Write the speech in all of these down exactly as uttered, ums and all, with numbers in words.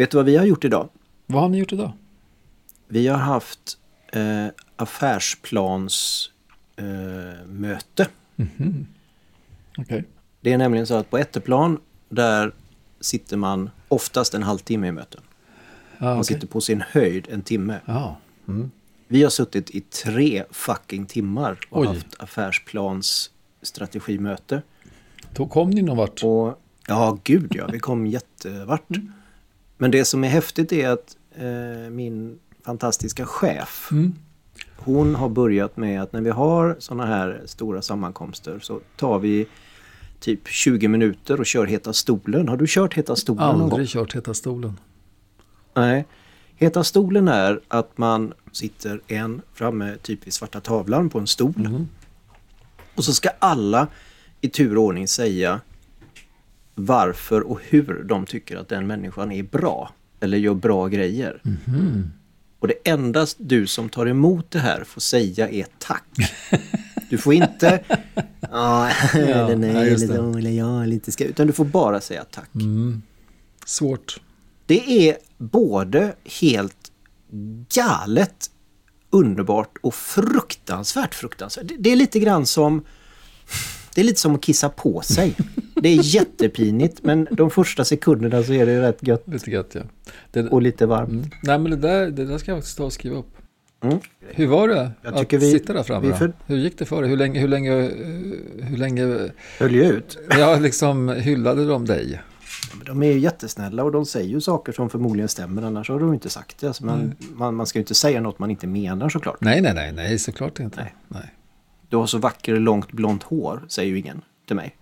Vet du vad vi har gjort idag? Vad har ni gjort idag? Vi har haft eh, affärsplans eh, möte. Mm-hmm. Okej. Okay. Det är nämligen så att på Etteplan där sitter man oftast en halvtimme i möten. Ah, man okay. sitter på sin höjd en timme. Ah. Mm. Vi har suttit i tre fucking timmar och Oj. haft affärsplans strategimöte. Då kom ni någon vart? Och, ja, gud ja. Vi kom jättevart. Mm. Men det som är häftigt är att eh, min fantastiska chef, mm. hon har börjat med att när vi har såna här stora sammankomster så tar vi typ tjugo minuter och kör Heta stolen. Har du kört Heta stolen någon gång? Aldrig kört Heta stolen. Nej. Heta stolen är att man sitter en framme typ vid svarta tavlan på en stol. Mm. Och så ska alla i tur och ordning säga varför och hur de tycker att den människan är bra. Eller gör bra grejer. Mm. Och det endast du som tar emot det här får säga är tack. Du får inte ah, ja, eller nej, ja, eller då, eller ja, eller inte ska. Utan du får bara säga tack. Mm. Svårt. Det är både helt galet, underbart och fruktansvärt fruktansvärt. Det, det är lite grann som det är lite som att kissa på sig. Det är jättepinigt, men de första sekunderna så är det rätt gött. Lite gött, ja. Det, och lite varmt. Mm. Nej, men det där, det där ska jag faktiskt ta och skriva upp. Mm. Hur var det jag att vi, sitta där framme? för... Hur gick det för dig? Hur länge, hur länge, hur länge... Höll jag ut? Ja, liksom hyllade de dig? De är ju jättesnälla och de säger ju saker som förmodligen stämmer, annars har de inte sagt det. Alltså man, mm. man, man ska ju inte säga något man inte menar såklart. Nej, nej, nej, nej såklart inte. Nej. Nej. Du har så vacker långt blont hår, säger ju ingen till mig.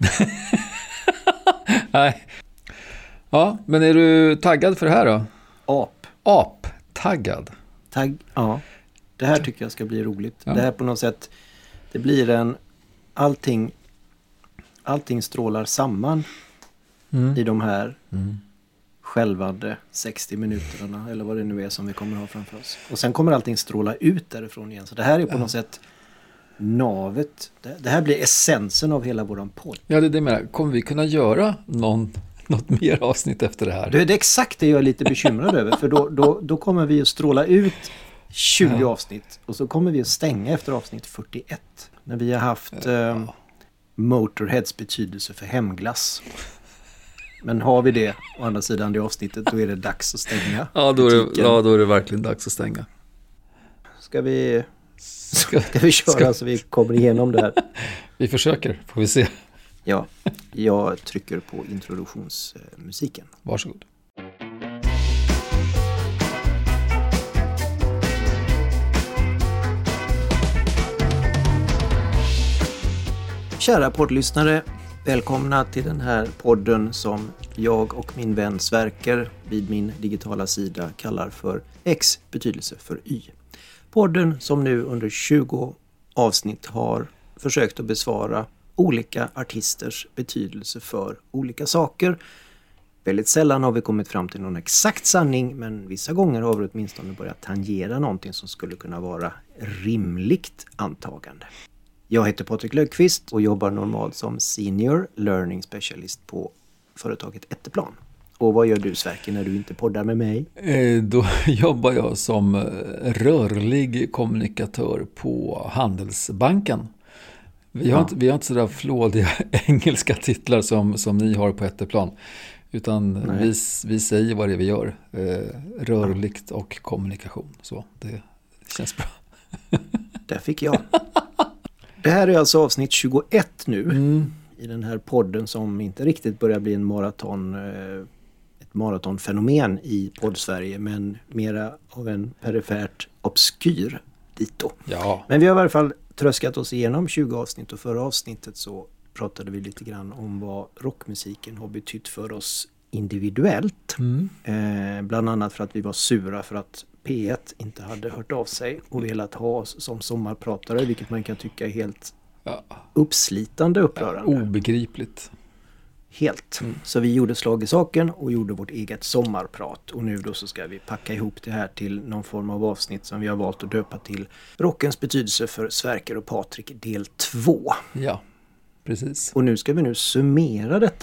Nej. Ja, men är du taggad för det här då? Ap. Ap. Taggad. Tagg, ja. Det här tycker jag ska bli roligt. Ja. Det här på något sätt, det blir en, allting, allting strålar samman mm. i de här mm. skälvande sextio minuterna, eller vad det nu är som vi kommer ha framför oss. Och sen kommer allting stråla ut därifrån igen. Så det här är på ja. något sätt navet. Det, det här blir essensen av hela våran podd. Ja, det är det med. Kommer vi kunna göra någon, något mer avsnitt efter det här? Det är exakt det jag är lite bekymrad över. För då, då, då kommer vi att stråla ut tjugo ja. avsnitt. Och så kommer vi att stänga efter avsnitt fyrtioett. När vi har haft ja. eh, Motorheads betydelse för hemglass. Men har vi det, å andra sidan det avsnittet, då är det dags att stänga. Ja, då är det, ja, då är det verkligen dags att stänga. Ska vi... Ska, ska vi köra ska... så vi kommer igenom det här? Vi försöker, får vi se. Ja, jag trycker på introduktionsmusiken. Varsågod. Kära poddlyssnare, välkomna till den här podden som jag och min vän Sverker vid min digitala sida kallar för X betydelse för Y. Podden som nu under tjugo avsnitt har försökt att besvara olika artisters betydelse för olika saker. Väldigt sällan har vi kommit fram till någon exakt sanning, men vissa gånger har vi åtminstone börjat tangera någonting som skulle kunna vara rimligt antagande. Jag heter Patrik Löfqvist och jobbar normalt som Senior Learning Specialist på företaget Etteplan. Och vad gör du, Sverker, när du inte poddar med mig? Eh, då jobbar jag som rörlig kommunikatör på Handelsbanken. Vi har, ja. inte, vi har inte sådär flådiga engelska titlar som, som ni har på Etteplan. Utan vi, vi säger vad det är vi gör. Eh, rörligt och kommunikation. Så det känns bra. Där fick jag. Det här är alltså avsnitt tjugoett nu. Mm. I den här podden som inte riktigt börjar bli en maraton... Eh, ett maratonfenomen i poddsverige, men mera av en perifert obskyr dito. Ja. Men vi har i alla fall tröskat oss igenom tjugo avsnitt, och förra avsnittet så pratade vi lite grann om vad rockmusiken har betytt för oss individuellt. Mm. Eh, bland annat för att vi var sura för att P ett inte hade hört av sig och velat ha oss som sommarpratare, vilket man kan tycka är helt ja. uppslitande, upprörande. Ja, obegripligt. Helt. Mm. Så vi gjorde slag i saken och gjorde vårt eget sommarprat. Och nu då så ska vi packa ihop det här till någon form av avsnitt som vi har valt att döpa till Rockens betydelse för Sverker och Patrik del två. Ja, precis. Och nu ska vi nu summera detta.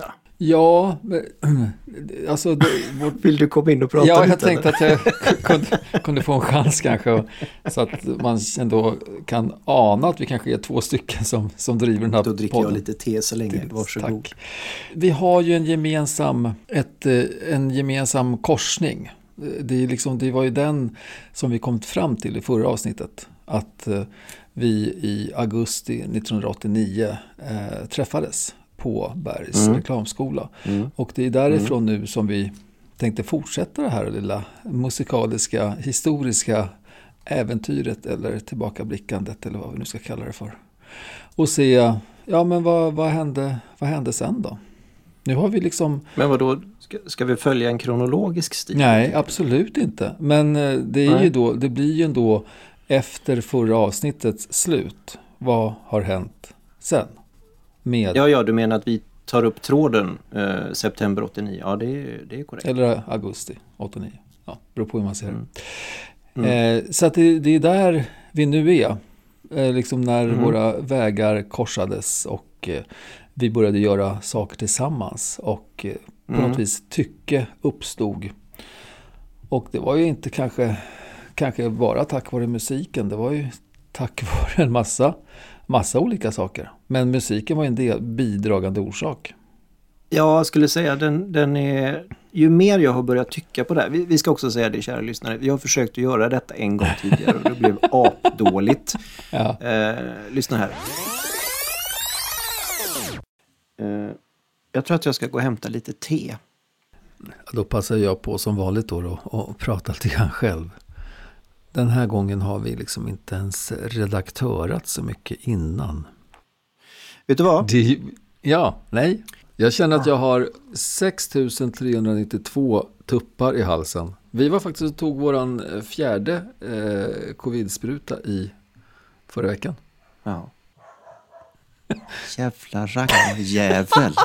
Ja, alltså... Det, vårt... Vill du komma in och prata ja, lite? Ja, jag tänkte att jag kunde, kunde få en chans kanske. Så att man ändå kan ana att vi kanske är två stycken som, som driver den här Då dricker podden. jag lite te så länge, varsågod. Tack. Vi har ju en gemensam, ett, en gemensam korsning. Det, är liksom, det var ju den som vi kom fram till i förra avsnittet. Att vi i augusti nittonhundraåttionio eh, träffades på Bergs mm. reklamskola. Mm. Och det är därifrån mm. nu som vi tänkte fortsätta det här lilla musikaliska, historiska äventyret eller tillbakablickandet eller vad vi nu ska kalla det för. Och se, ja men vad, vad, hände, vad hände sen då? Nu har vi liksom... Men vad då ska, ska vi följa en kronologisk stil? Nej, absolut inte. Men det, är Nej. ju då, det blir ju ändå efter förra avsnittets slut. Vad har hänt sen? Med... Ja, ja, du menar att vi tar upp tråden eh, september åttionio. Ja, det är, det är korrekt. Eller augusti åttionio. Ja, beror på hur man ser mm. det. Mm. Eh, så att det, det är där vi nu är. Eh, liksom när mm. våra vägar korsades och eh, vi började göra saker tillsammans. Och eh, på mm. något vis tycke uppstod. Och det var ju inte kanske, kanske bara tack vare musiken. Det var ju tack vare en massa... Massa olika saker. Men musiken var en del bidragande orsak. Ja, jag skulle säga den, den är... Ju mer jag har börjat tycka på det här. Vi, vi ska också säga det, kära lyssnare. Jag har försökt att göra detta en gång tidigare och det blev apdåligt. Ja. Eh, lyssna här. Eh, jag tror att jag ska gå och hämta lite te. Då passar jag på som vanligt då och, och prata lite grann själv. Den här gången har vi liksom inte ens redaktörat så mycket innan. Vet du vad? Det, ja, nej. Jag känner att jag har sex tusen trehundranittiotvå tuppar i halsen. Vi var faktiskt och tog våran fjärde eh, covid-spruta i förra veckan. Ja. Jävla raggarjävel.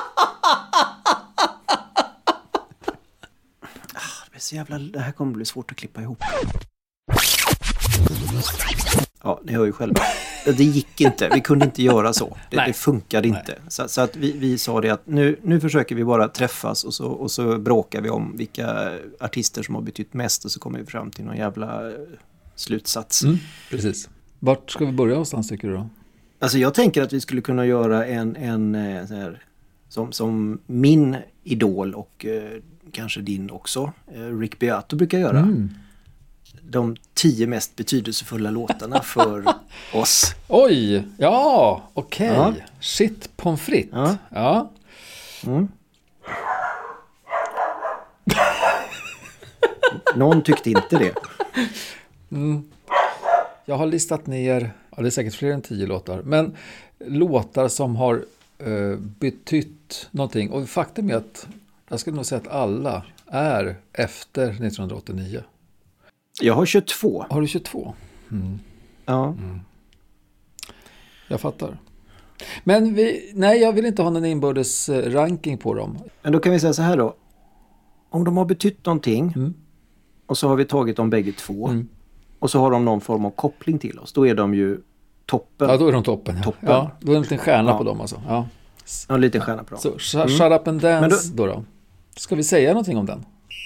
Ah, det blir så jävla... Det här kommer bli svårt att klippa ihop. Ja, ni hör ju själva. Det gick inte. Vi kunde inte göra så. Det, det funkade inte. Så, så att vi, vi sa det att nu, nu försöker vi bara träffas och så, och så bråkar vi om vilka artister som har betytt mest och så kommer vi fram till någon jävla slutsats. Mm, precis. Vart ska vi börja någonstans tycker du då? Alltså jag tänker att vi skulle kunna göra en, en så här, som, som min idol och eh, kanske din också, eh, Rick Beato brukar göra. Mm. De tio mest betydelsefulla låtarna för oss. Oj, ja, okej. Okay. Ja. Shit pommes frites. Ja. ja. Mm. Någon tyckte inte det. Mm. Jag har listat ner, ja, det är säkert fler än tio låtar, men låtar som har uh, betytt någonting. Och faktum är att jag skulle nog säga att alla är efter nittonhundraåttionio. Jag har tjugotvå. Har du tjugotvå? Mm. Ja. Mm. Jag fattar. Men vi, nej, jag vill inte ha någon inbördes ranking på dem. Men då kan vi säga så här då. Om de har betytt någonting mm. och så har vi tagit dem bägge två mm. och så har de någon form av koppling till oss. Då är de ju toppen. Ja, då är de toppen. Ja, toppen. ja då är det en liten stjärna ja. på dem alltså. Ja, ja en liten stjärna på dem. Så, sh- mm. Shut Up and Dance då, då då. Ska vi säga någonting om den?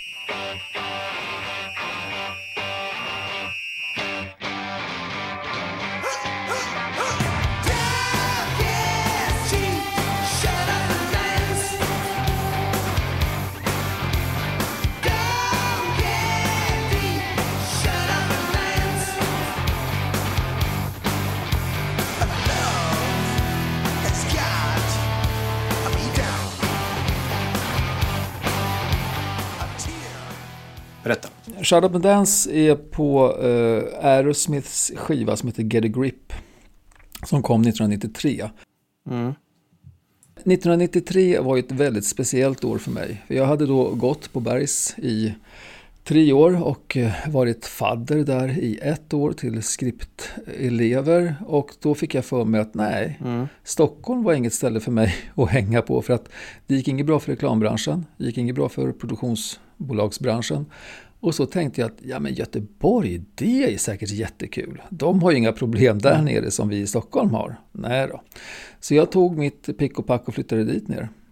Berätta. Shut Up and Dance är på uh, Aerosmiths skiva som heter Get a Grip som kom nittonhundranittiotre. Mm. nittonhundranittiotre var ett väldigt speciellt år för mig. Jag hade då gått på Bergs i tre år och varit fadder där i ett år till skriptelever och då fick jag för mig att nej, mm. Stockholm var inget ställe för mig att hänga på för att det gick inget bra för reklambranschen, det gick inget bra för produktionsbolagsbranschen och så tänkte jag att ja men Göteborg, det är säkert jättekul. De har ju inga problem där mm. nere som vi i Stockholm har. Nej då. Så jag tog mitt pick och pack och flyttade dit ner.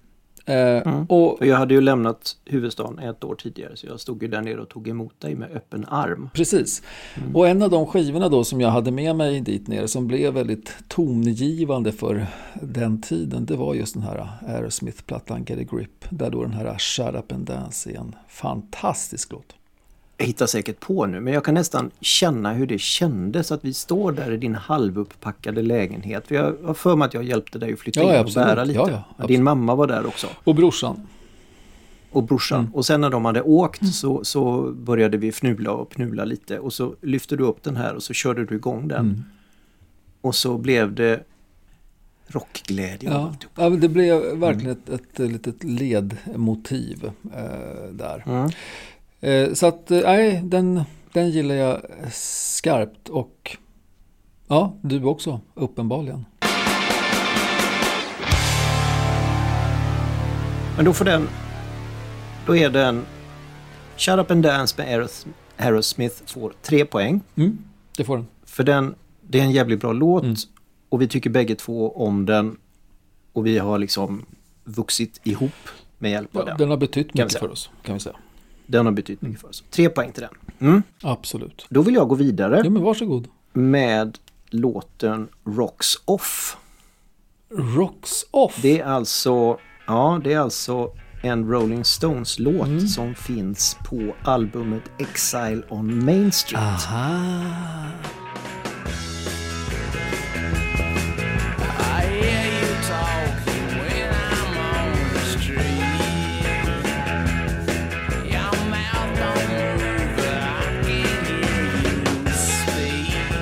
Eh, Mm. och, och jag hade ju lämnat huvudstaden ett år tidigare, så jag stod ju där nere och tog emot dig med öppen arm. Precis. Mm. Och en av de skivorna då som jag hade med mig dit ner som blev väldigt tongivande för den tiden, det var just den här Aerosmith-plattan Get a Grip, där då den här Shut Up and Dance är en fantastisk låt. Jag hittar säkert på nu, men jag kan nästan känna hur det kändes att vi står där i din halvupppackade lägenhet. För jag har för mig att jag hjälpte dig att flytta Ja, in ja, och absolut. bära lite. Ja, ja, Din mamma var där också. Och brorsan. Och brorsan. Mm. Och sen när de hade åkt så, så började vi fnula och pnula lite. Och så lyfte du upp den här och så körde du igång den. Mm. Och så blev det rockglädje. Ja, ja, det blev verkligen ett, ett, ett litet ledmotiv eh, där. Mm. Eh, så att, nej, den, den gillar jag skarpt och ja, du också, uppenbarligen. Men då får den, då är den Shut Up and Dance med Aerosmith får tre poäng. Mm, det får den. För den, det är en jävligt bra låt Mm. och vi tycker bägge två om den och vi har liksom vuxit ihop med hjälp av Ja, den. den har betytt Kan vi mycket säga. för oss, kan vi säga. Den har betytt mycket för oss. Tre poäng till den. Mm. Absolut. Då vill jag gå vidare Ja, men varsågod. med låten Rocks Off. Rocks Off. Det är alltså, ja, det är alltså en Rolling Stones-låt Mm. som finns på albumet Exile on Main Street. Aha. I hear you talking when I'm on the street. Your mouth don't move, but I can hear you speak.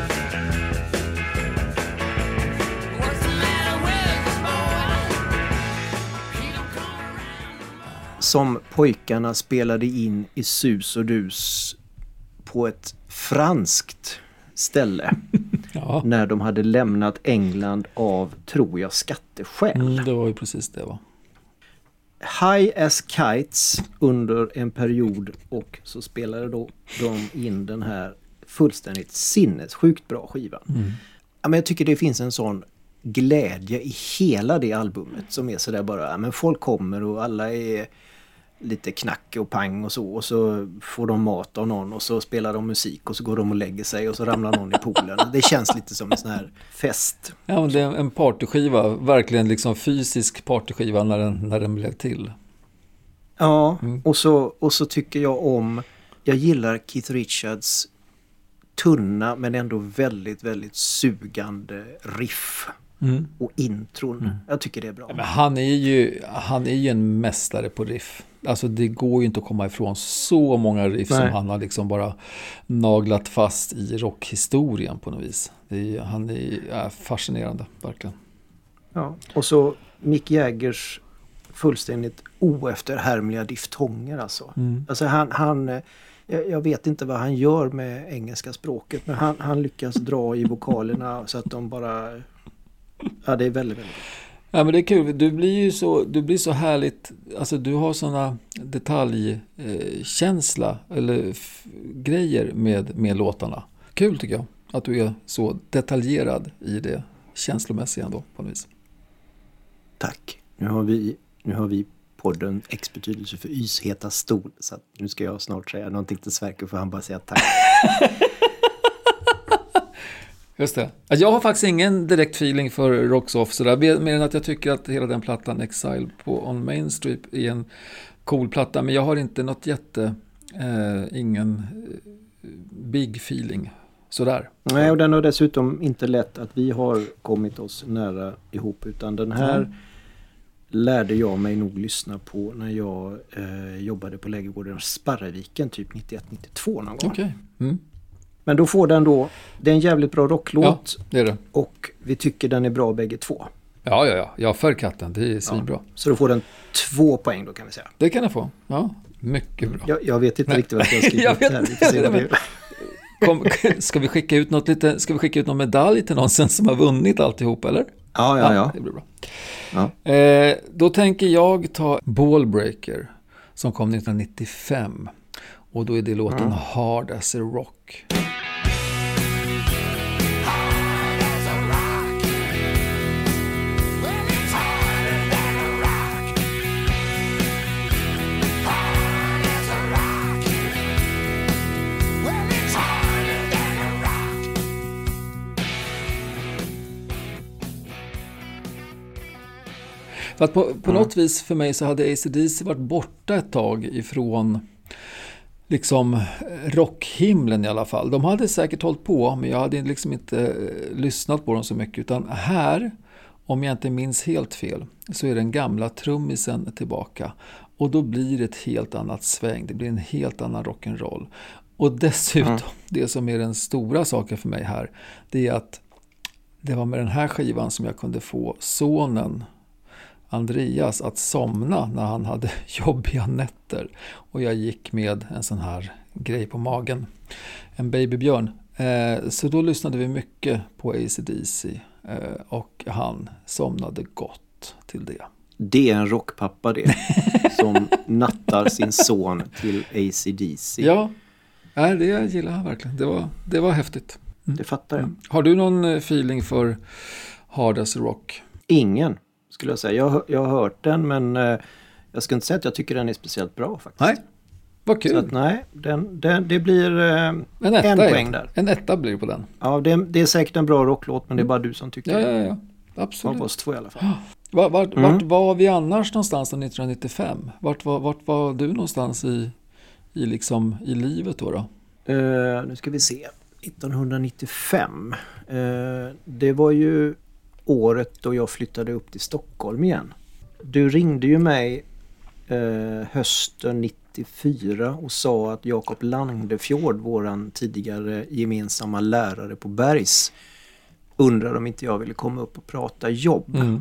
What's the matter with the boy? He don't come around. Som pojkarna spelade in i sus och dus på ett franskt ställe Ja, när de hade lämnat England av, tror jag, skatteskäl. mm, det var ju precis det, va? High as Kites under en period och så spelade då de in den här fullständigt sinnessjukt bra skivan. Mm. Ja, men jag tycker det finns en sån glädje i hela det albumet som är sådär bara, ja, men folk kommer och alla är lite knack och pang och så och så får de mat av någon och så spelar de musik och så går de och lägger sig och så ramlar någon i poolen. Det känns lite som en sån här fest. Ja, men det är en partyskiva, verkligen liksom fysisk partyskiva när den, när den blev till. Ja, Mm. och, så, och så tycker jag om, jag gillar Keith Richards tunna men ändå väldigt, väldigt sugande riff Mm. och intron. Mm. Jag tycker det är bra. Men han är ju han är ju en mästare på riff. Alltså det går ju inte att komma ifrån så många riff Nej. som han har liksom bara naglat fast i rockhistorien på något vis. Det är, han är ja, fascinerande, verkligen. Ja. Och så Mick Jaggers fullständigt oefterhärmliga diftonger alltså. Mm. Alltså han, han eh, jag jag vet inte vad han gör med engelska språket men han, han lyckas dra i vokalerna så att de bara, ja, det är väldigt, väldigt bra. Ja, men det är kul. Du blir ju så, du blir så härligt, alltså du har såna detaljkänsla eh, eller f- grejer med, med låtarna. Kul tycker jag att du är så detaljerad i det känslomässiga ändå på något vis. Tack. Nu har vi, nu har vi podden X betydelse för Ys heta stol. Så att nu ska jag snart säga någonting till Sverker för han bara säga tack. Just det. Jag har faktiskt ingen direkt feeling för Rocks Off sådär, mer än att jag tycker att hela den plattan Exile på On Main Street är en cool platta, men jag har inte något jätte, eh, ingen eh, big feeling sådär. Nej, och den har dessutom inte lätt att vi har kommit oss nära ihop utan den här Mm. lärde jag mig nog lyssna på när jag eh, jobbade på lägergården Sparreviken typ nittioett nittiotvå någon gång. Okej. Mm. Men då får den då, det är en jävligt bra rocklåt Ja, det är det. och vi tycker den är bra bägge två. Ja, ja, ja. Jag för katten, det är svinbra. Ja, så då får den två poäng då kan vi säga. Det kan jag få. Ja, mycket bra. Jag, jag vet inte Nej. riktigt vad jag ska skriva Jag upp vet här. Vi får se vad inte. det Kom, ska vi skicka ut något lite, ska vi skicka ut någon medalj till någon sen som har vunnit alltihop, eller? Ja, ja, ja. Det blir bra. Ja. Eh, då tänker jag ta Ballbreaker som kom nittonhundranittiofem. Och då är det låten Mm. Hard as a Rock. För att på, på Mm. något vis för mig så hade A C D C varit borta ett tag ifrån liksom rockhimlen i alla fall. De hade säkert hållit på, men jag hade liksom inte eh, lyssnat på dem så mycket. Utan här, om jag inte minns helt fel, så är den gamla trummisen tillbaka. Och då blir det ett helt annat sväng. Det blir en helt annan rock'n'roll. Och dessutom, mm. det som är den stora saken för mig här, det är att det var med den här skivan som jag kunde få sonen Andreas att somna när han hade jobbiga nätter. Och jag gick med en sån här grej på magen. En babybjörn. Eh, så då lyssnade vi mycket på A C D C. Eh, och han somnade gott till det. Det är en rockpappa det. Som nattar sin son till A C D C. Ja, nej, det gillar han verkligen. Det var, det var häftigt. Mm. Det fattar jag. Mm. Har du någon feeling för Hard as Rock? Ingen, skulle jag säga. Jag, jag har hört den, men eh, jag ska inte säga att jag tycker den är speciellt bra faktiskt. Nej, vad kul. Så att, nej, den, den, det blir eh, en, etta, en poäng där. En etta blir det på den. Ja, det, det är säkert en bra rocklåt, men det är bara du som tycker ja, det. Ja, ja, absolut. Av oss två i alla fall. Vart, vart, Mm. vart var vi annars någonstans då nittonhundranittiofem? Vart var, vart var du någonstans i, i, liksom, i livet då? då? Uh, nu ska vi se. nittonhundranittiofem. Uh, det var ju året då jag flyttade upp till Stockholm igen. Du ringde ju mig uh, hösten nittiofyra och sa att Jakob Langdefjord, våran tidigare gemensamma lärare på Bergs, undrade om inte jag ville komma upp och prata jobb. Mm.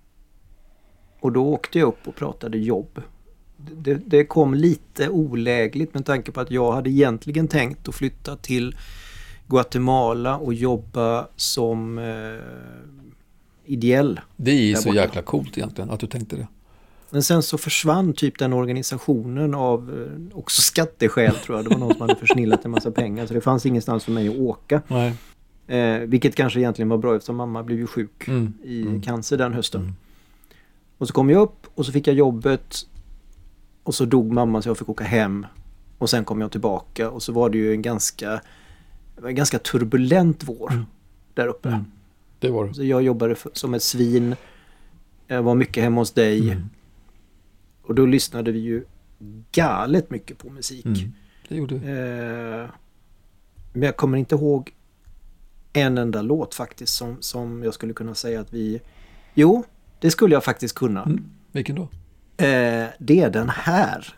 Och då åkte jag upp och pratade jobb. Det, det kom lite olägligt med tanke på att jag hade egentligen tänkt att flytta till Guatemala och jobba som eh, ideell. Det är ju där så borta. jäkla coolt egentligen att du tänkte det. Men sen så försvann typ den organisationen av eh, också skatteskäl, tror jag. Det var någon som hade försnillat en massa pengar, så det fanns ingenstans för mig att åka. Nej. Eh, vilket kanske egentligen var bra eftersom mamma blev ju sjuk Mm. i Mm. cancer den hösten. Mm. Och så kom jag upp och så fick jag jobbet och så dog mamma så jag fick åka hem. Och sen kom jag tillbaka och så var det ju en ganska, det var en ganska turbulent vår Mm. där uppe. Mm. Det var det. Så jag jobbade för, som ett svin. Jag var mycket hemma hos dig. Mm. Och då lyssnade vi ju galet mycket på musik. Mm. Det gjorde vi. Eh, men jag kommer inte ihåg en enda låt faktiskt som, som jag skulle kunna säga att vi... Jo, det skulle jag faktiskt kunna. Mm. Vilken då? Eh, det är den här.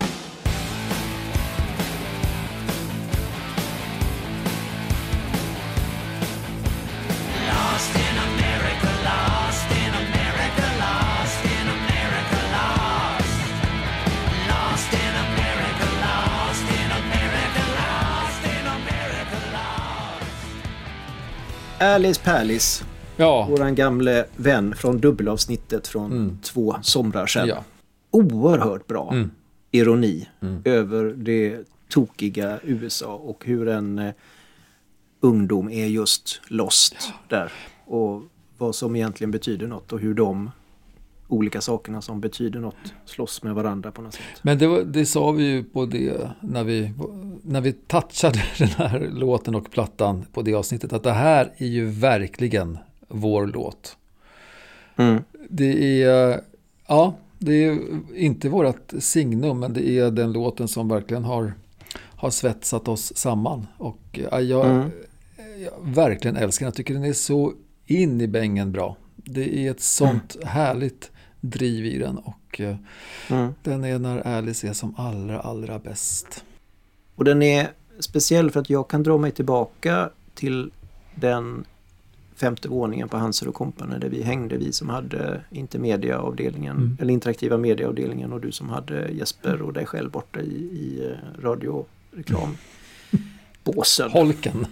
Lost in America, lost in America, lost in America, lost. Lost in America, lost in America, lost in America, lost. Alice Perlis, Ja. våran gamle vän från dubbelavsnittet från Mm. två somrar sedan. Ja. Oerhört bra Mm. ironi Mm. över det tokiga U S A och hur en eh, ungdom är just lost där. Och vad som egentligen betyder något och hur de olika sakerna som betyder något slåss med varandra på något sätt. Men det, var, det sa vi ju på det när vi, när vi touchade den här låten och plattan på det avsnittet, att det här är ju verkligen vår låt. Mm. Det är, ja, det är inte vårat signum, men det är den låten som verkligen har, har svetsat oss samman. Och ja, jag, Mm. jag verkligen älskar den. Jag tycker den är så in i bängen bra. Det är ett sånt mm. härligt driv i den, och eh, Mm. den är när Alice är som allra, allra bäst. Och den är speciell för att jag kan dra mig tillbaka till den femte våningen på Hanser och Company där vi hängde, vi som hade intermediaavdelningen, Mm. eller interaktiva medieavdelningen, och du som hade Jesper och dig själv borta i, i eh, radioreklambåsen. Holken.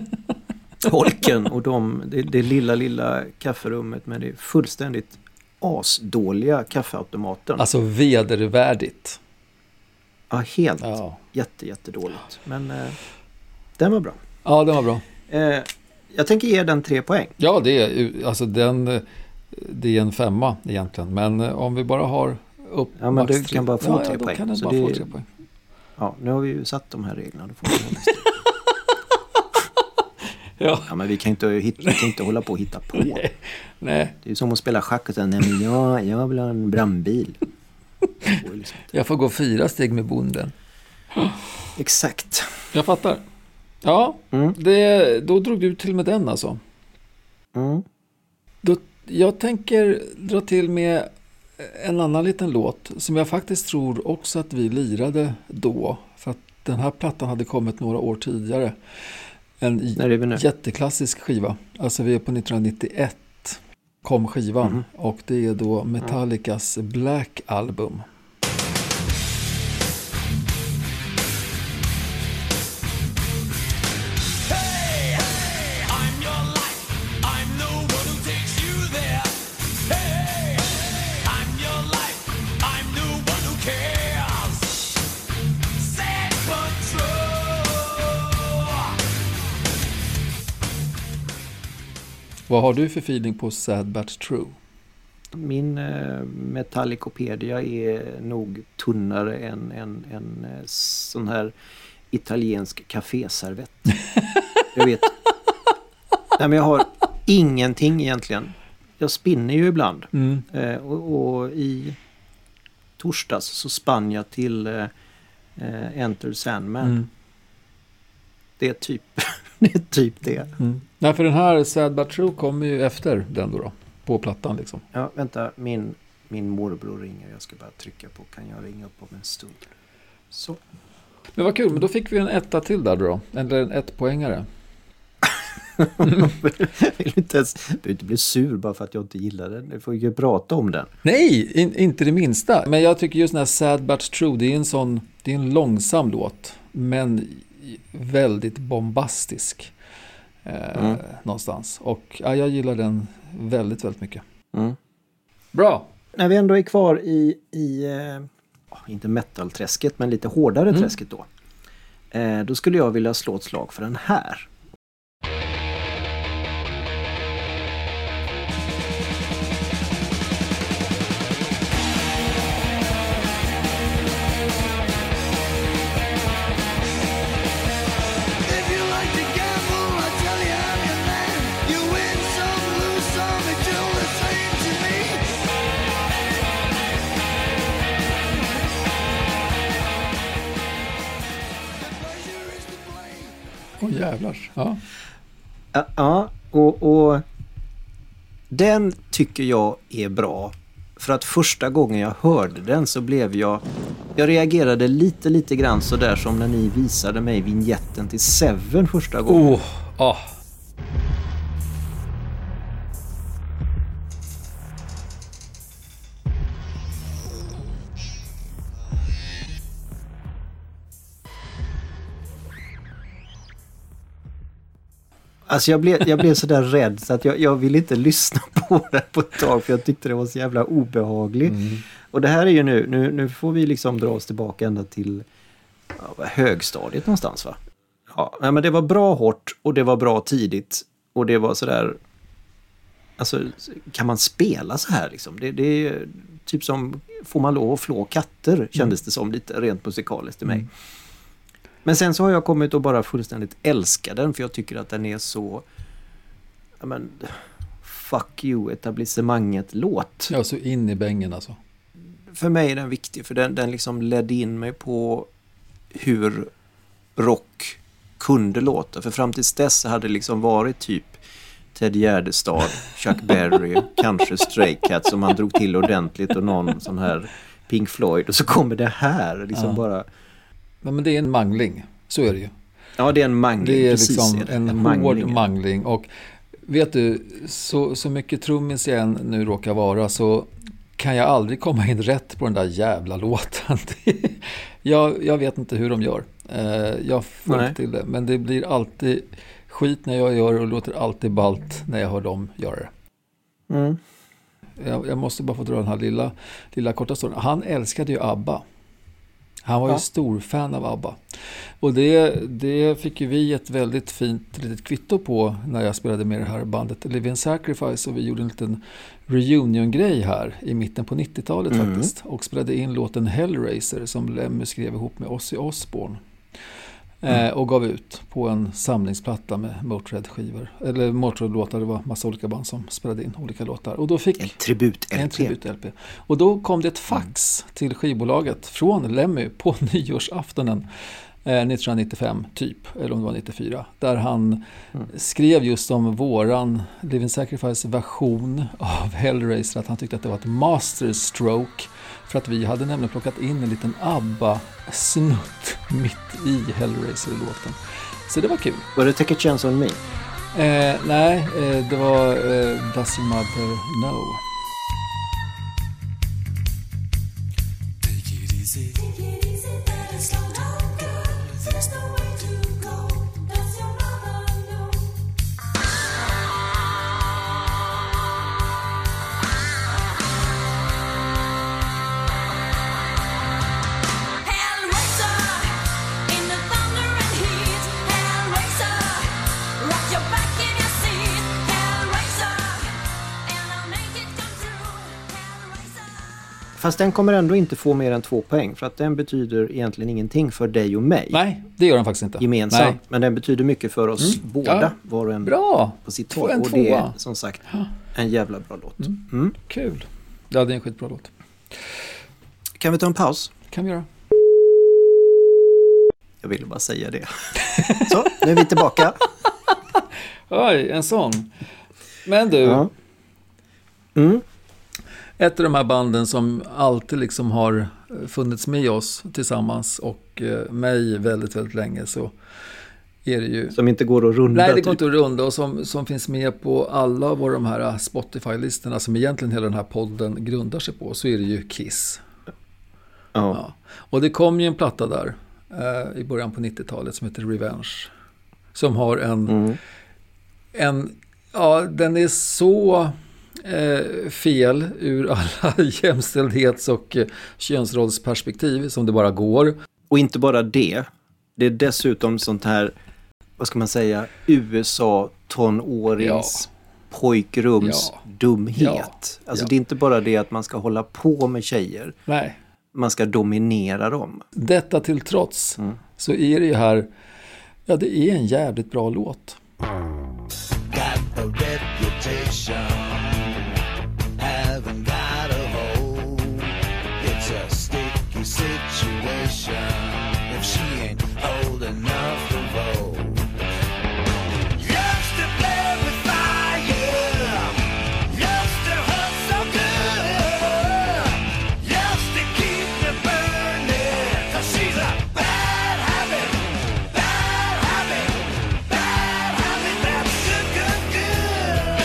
Holken och de, det, det lilla, lilla kafferummet med det fullständigt asdåliga kaffeautomaten. Alltså vedervärdigt. Ja, helt Ja. jätte, jättedåligt. Men eh, den var bra. Ja, den var bra. Eh, jag tänker ge den tre poäng. Ja, det är, ju- alltså den, det är en femma egentligen. Men eh, om vi bara har upp Ja, men max du tre- kan bara få ja, tre ja, då poäng. kan den Så bara det- få tre poäng. Ja, nu har vi ju satt de här reglerna. Då får vi Ja. Ja, men vi kan inte, hitta, vi kan inte hålla på och hitta på. Nej. Nej. Det är ju som att spela schack och säga, nej men jag, jag vill ha en brandbil. Liksom. Jag får gå fyra steg med bonden. Exakt. Jag fattar. Ja, Mm. det, då drog du till med den alltså. Mm. Då, jag tänker dra till med en annan liten låt som jag faktiskt tror också att vi lirade då. För att den här plattan hade kommit några år tidigare. En När är vi nu? jätteklassisk skiva. Alltså vi är på nittonhundranittioett kom skivan. Mm. Och det är då Metallicas Black Album. Hey, I'm your life. I'm the one who takes you there. Hey, I'm your life. I'm the one who cares. Sad but true. Vad har du för feeling på Sad But True? Min eh, Metallicopedia är nog tunnare än en, en eh, sån här italiensk kaféservett. Jag vet. Nej, men jag har ingenting egentligen. Jag spinner ju ibland. Mm. Eh, och, och i torsdags så spann jag till eh, eh, Enter Sandman. Mm. Det är typ det är typ det. Mm. Nej, för den här Sad But True kommer ju efter den då, då på plattan liksom. Ja, vänta, min, min morbror ringer. Jag ska bara trycka på, kan jag ringa upp om en stund? Så. Men vad kul, men då fick vi en etta till där då. Eller en ettpoängare. Jag vill inte ens, jag vill inte bli sur bara för att jag inte gillar den. Jag får ju prata om den. Nej, in, inte det minsta. Men jag tycker just den här Sad But True, det är en sån, det är en långsam låt. Men väldigt bombastisk. Eh, Mm. Någonstans. Och ja, jag gillar den väldigt, väldigt mycket. Mm. Bra! När vi ändå är kvar i, i eh, inte metal-träsket, men lite hårdare Mm. träsket då. Eh, då skulle jag vilja slå ett slag för den här. If you like to gamble, I tell you I'm your man. You win some, lose some, it's all the same to me. The pleasure is to blame. Åh jävlar. Ja. Ja, ja och, och den tycker jag är bra. För att första gången jag hörde den så blev jag... Jag reagerade lite, lite grann så där som när ni visade mig vignetten till Seven första gången. Oh, ah. Alltså jag blev, jag blev så där rädd så att jag, jag ville inte lyssna på det på ett tag för jag tyckte det var så jävla obehagligt. Mm. Och det här är ju nu, nu, nu får vi liksom dra oss tillbaka ända till ja, högstadiet någonstans va? Ja, nej, men det var bra hårt och det var bra tidigt och det var så där, alltså kan man spela så här liksom? Det, det är typ som, får man lov att flå katter kändes det som lite rent musikaliskt till mig. Mm. Men sen så har jag kommit och bara fullständigt älska den för jag tycker att den är så, ja men, fuck you etablissemanget låt. Ja, så in i bängen alltså. För mig är den viktig för den, den liksom ledde in mig på hur rock kunde låta. För fram tills dess hade det liksom varit typ Ted Gärdestad, Chuck Berry, kanske Stray Cats som man drog till ordentligt och någon sån här Pink Floyd och så kommer det här liksom Ja. bara... Ja, men det är en mangling, så är det ju. Ja, det är en mangling. Det är precis, liksom är det. en, En hård mangling. mangling. Och vet du, så, så mycket trummis jag än nu råkar vara så kan jag aldrig komma in rätt på den där jävla låten. jag, jag vet inte hur de gör. Eh, jag får Nej. inte till det. Men det blir alltid skit när jag gör det och låter alltid ballt när jag hör dem göra det. Mm. Jag, jag måste bara få dra den här lilla, lilla korta storyn. Han älskade ju ABBA. Han var ju Ja. stor fan av ABBA. Och det, det fick ju vi ett väldigt fint litet kvitto på när jag spelade med det här bandet Living Sacrifice. Och vi gjorde en liten reunion-grej här i mitten på nittiotalet Mm. faktiskt. Och spelade in låten Hellraiser som Lemmy skrev ihop med Ozzy Osbourne. eh, och gav ut på en samlingsplatta med Motörhead-skivor. Eller Motörhead-låtar, det var massa olika band som spelade in olika låtar. Och då fick en tribut-L P. En tribut-L P. Och då kom det ett fax mm. till skivbolaget från Lemmy på nyårsaftonen eh, nittonhundranittiofem typ, eller om det var nittiofyra, där han mm. skrev just om våran Living Sacrifice version av Hellraiser, att han tyckte att det var ett masterstroke, för att vi hade nämligen plockat in en liten ABBA-snutt mitt i Hellraiser-låten. Så det var kul. Var det Take a Chance on Me? Eh, nej, eh, det var eh, Does Your Mother Know? Take it easy. Take it easy, better slow down, girl. There's no way to go. Does your mother know? Hellraiser, in the thunder and heat. Hellraiser, rock your back in your seat. Hellraiser, and I'll make it come true. Hellraiser. Fast den kommer ändå inte få mer än två poäng, för att den betyder egentligen ingenting för dig och mig. Nej, det gör den faktiskt inte. Gemensamt. Nej. Men den betyder mycket för oss Mm. båda. Ja. Var och en Bra! på sitt Två- håll. en Och det är tvåa. som sagt en jävla bra låt. Mm. Mm. Kul. Ja, det är en skitbra låt. Kan vi ta en paus? Kan vi göra. Jag ville bara säga det. Så, nu är vi tillbaka. Oj, en sån. Men du, Ja. Mm. ett av de här banden som alltid liksom har funnits med oss tillsammans och eh, mig väldigt, väldigt länge, så är det ju... Som inte går att runda. Nej, det går typ. inte att runda, och som, som finns med på alla av de här Spotify-listorna som egentligen hela den här podden grundar sig på, så är det ju Kiss. Ja. Ja. Och det kom ju en platta där eh, i början på nittiotalet som heter Revenge, som har en, Mm. en ja, den är så eh, fel ur alla jämställdhets- och eh, könsrollsperspektiv som det bara går. Och inte bara det. Det är dessutom sånt här, vad ska man säga, U S A-tonårings pojkrums Ja. dumhet. Ja. Alltså Ja. det är inte bara det att man ska hålla på med tjejer. Nej. Man ska dominera dem. Detta till trots Mm. så är det ju här, ja, det är en jävligt bra låt. Got a reputation, haven't got a hold. It's a sticky situation if she ain't old enough to vote. Loves to play with fire, loves to hurt so good, loves to keep me burning, 'cause she's a bad habit, bad habit, bad habit, that's good, good, good.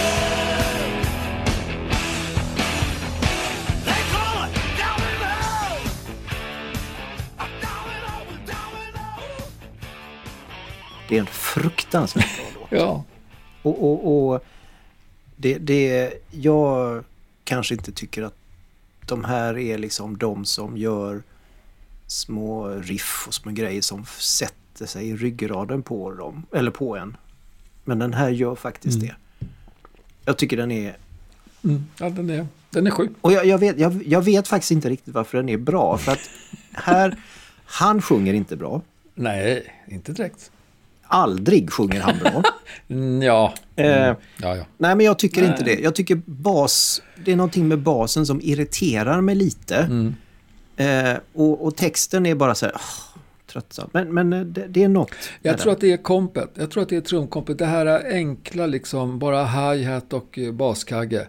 They call it domino, a domino, a domino. Det är en fruktansvärt bra låt. Ja, Och, och, och det, det, jag kanske inte tycker att de här är liksom de som gör små riff och små grejer som sätter sig i ryggraden på dem, eller på en. Men den här gör faktiskt Mm. det. Jag tycker den är... mm. ja den, är, den är sjuk. Och jag, jag, vet, jag, jag vet faktiskt inte riktigt varför den är bra. För att här, han sjunger inte bra. Nej, inte direkt. Aldrig sjunger han bra. Mm, ja. Mm. Eh, ja, ja. Nej, men jag tycker Nej. inte det. Jag tycker bas, det är någonting med basen som irriterar mig lite. Mm. Eh, och, och texten är bara så här, oh, tröttsam. Men, men eh, det, det är något. Jag med tror den. att det är kompet. Jag tror att det är trumkompet. Det här är enkla liksom, bara hi-hat och eh, baskagge.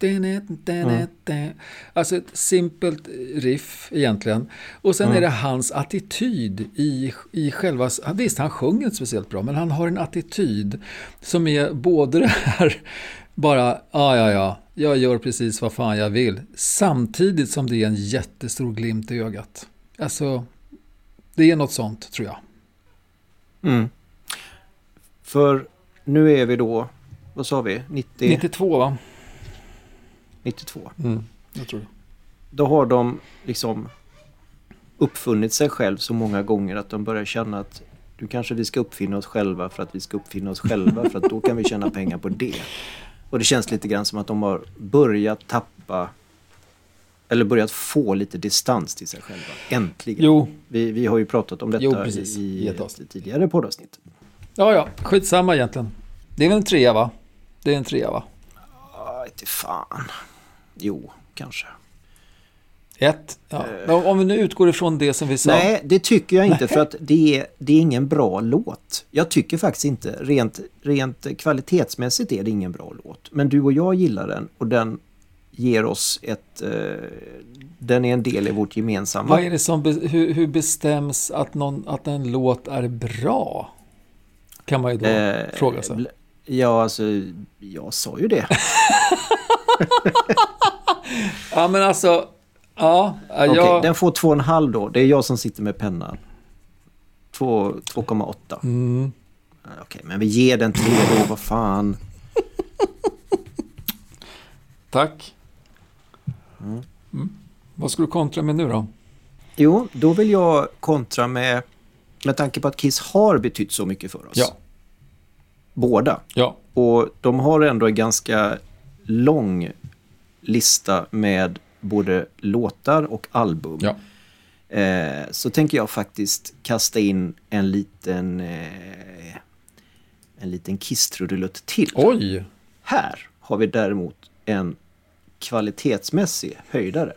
Alltså ett simpelt riff egentligen. Och sen Mm. är det hans attityd i, i själva... Visst, han sjunger inte speciellt bra, men han har en attityd som är både det här bara, ja, ja, ja, jag gör precis vad fan jag vill. Samtidigt som det är en jättestor glimt i ögat. Alltså, det är något sånt, tror jag. Mm. För nu är vi då, vad sa vi? nittio, nittiotvå, va? nittiotvå. Mm, jag tror det. Då har de liksom uppfunnit sig själv så många gånger att de börjar känna att nu kanske vi ska uppfinna oss själva för att vi ska uppfinna oss själva för att då kan vi tjäna pengar på det. Och det känns lite grann som att de har börjat tappa eller börjat få lite distans till sig själva. Äntligen. Jo. Vi, vi har ju pratat om detta Jo, precis. i, I i ett ett avsnitt. tidigare poddavsnitt. Ja, ja. Skitsamma egentligen. Det är väl en trea, va? Det är en trea, va? Ja, inte fan. Jo, kanske. Ett. Ja. Uh. Om vi nu utgår ifrån det som vi sa. Nej, det tycker jag inte, för att det är, det är ingen bra låt. Jag tycker faktiskt inte, rent, rent kvalitetsmässigt är det ingen bra låt. Men du och jag gillar den, och den ger oss ett... Eh, den är en del i vårt gemensamma. Vad är det som, be, hur, hur bestäms att, någon, att en låt är bra? Kan man ju då eh, fråga sig. Ja, alltså, jag sa ju det. Ja, men alltså... Ja, jag... Okej, den får två och en halv då. Det är jag som sitter med pennan. två komma åtta. Mm. Okej, men vi ger den tre då, vad fan. Tack. Mm. Mm. Vad ska du kontra med nu då? Jo, då vill jag kontra med, med tanke på att Kiss har betytt så mycket för oss. Ja. Båda. Ja. Och de har ändå en ganska lång lista med både låtar och album. Ja. Eh, så tänker jag faktiskt kasta in en liten eh, en liten Kiss-trudelutt till. Oj! Här har vi däremot en kvalitetsmässig höjdare.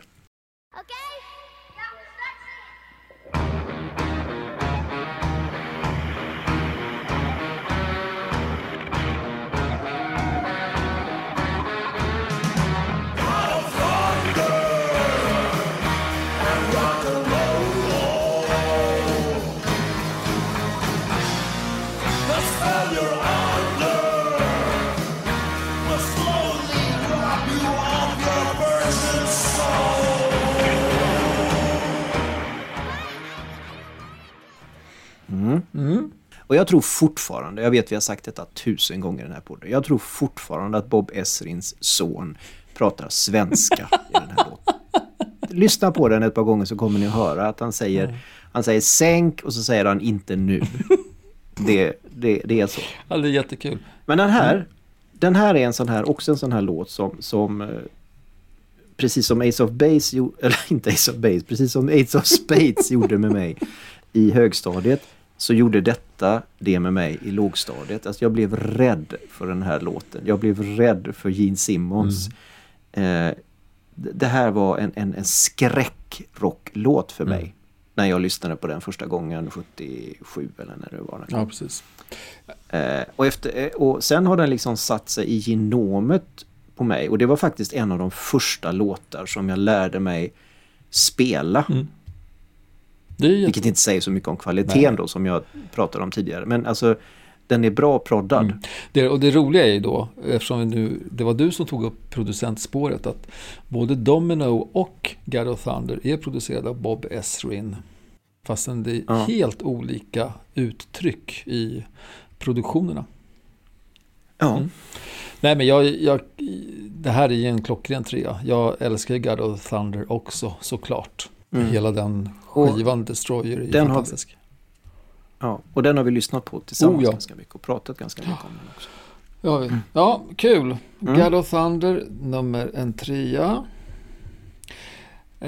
Mm. Mm. Och jag tror fortfarande, jag vet vi har sagt detta tusen gånger i den här podden, jag tror fortfarande att Bob Ezrins son pratar svenska i den här låten. Lyssna på den ett par gånger så kommer ni att höra att han säger, mm. han säger sänk och så säger han inte nu. Det, det, det är så. Ja, det är jättekul. Men den här, mm. den här är en sån här, också en sån här låt som, som precis som Ace of Base, eller inte Ace of Base, precis som Ace of Spades gjorde med mig i högstadiet, så gjorde detta det med mig i lågstadiet. Alltså jag blev rädd för den här låten. Jag blev rädd för Gene Simmons. Mm. Eh, det här var en, en, en skräckrocklåt för mig. Mm. När jag lyssnade på den första gången sjuttiosju eller när det var. Ja, precis. Eh, och, efter, och sen har den liksom satt sig i genomet på mig. Och det var faktiskt en av de första låtar som jag lärde mig spela. Mm. Det är Vilket inte säger så mycket om kvaliteten då, som jag pratade om tidigare. Men alltså, den är bra proddad. Mm. Det, och det roliga är ju då, eftersom vi nu, det var du som tog upp producentspåret, att både Domino och God of Thunder är producerade av Bob Ezrin. Fastän det är ja. helt olika uttryck i produktionerna. Ja. Mm. Nej, men jag, jag, det här är ju en klockren trea. Jag älskar God of Thunder också, såklart. Mm. Hela den skivan och Destroyer är den fantastisk. Har, ja, och den har vi lyssnat på tillsammans oh, ja. ganska mycket och pratat ganska mycket om den också. Ja, mm. ja kul. Mm. God of Thunder, nummer en trea. Eh,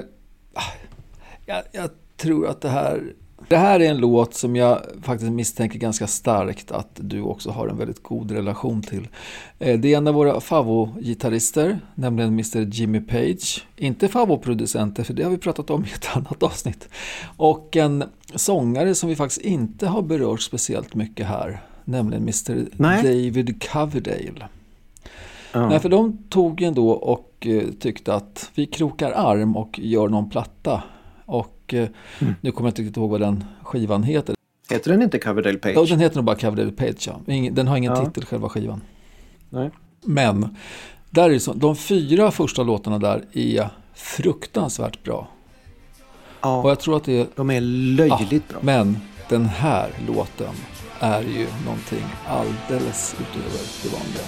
jag, jag tror att det här det här är en låt som jag faktiskt misstänker ganska starkt att du också har en väldigt god relation till. Eh, det är en av våra favvo-gitarrister, nämligen mister Jimmy Page. Inte favvo-producenter, för det har vi pratat om i ett annat avsnitt. Och en sångare som vi faktiskt inte har berört speciellt mycket här, nämligen mister Nej. David Coverdale. Uh. Nej, för de tog ändå och eh, tyckte att vi krokar arm och gör någon platta. Och eh, mm. nu kommer jag inte riktigt ihåg vad den skivan heter. Heter den inte Coverdale Page? Ja, den heter nog bara Coverdale Page, ja. Ingen, den har ingen ja. titel, själva skivan. Nej. Men där är så, de fyra första låtarna där är fruktansvärt bra. Ja, och jag tror att det är, de är löjligt ja, bra. Men den här låten är ju någonting alldeles utöver det vanliga.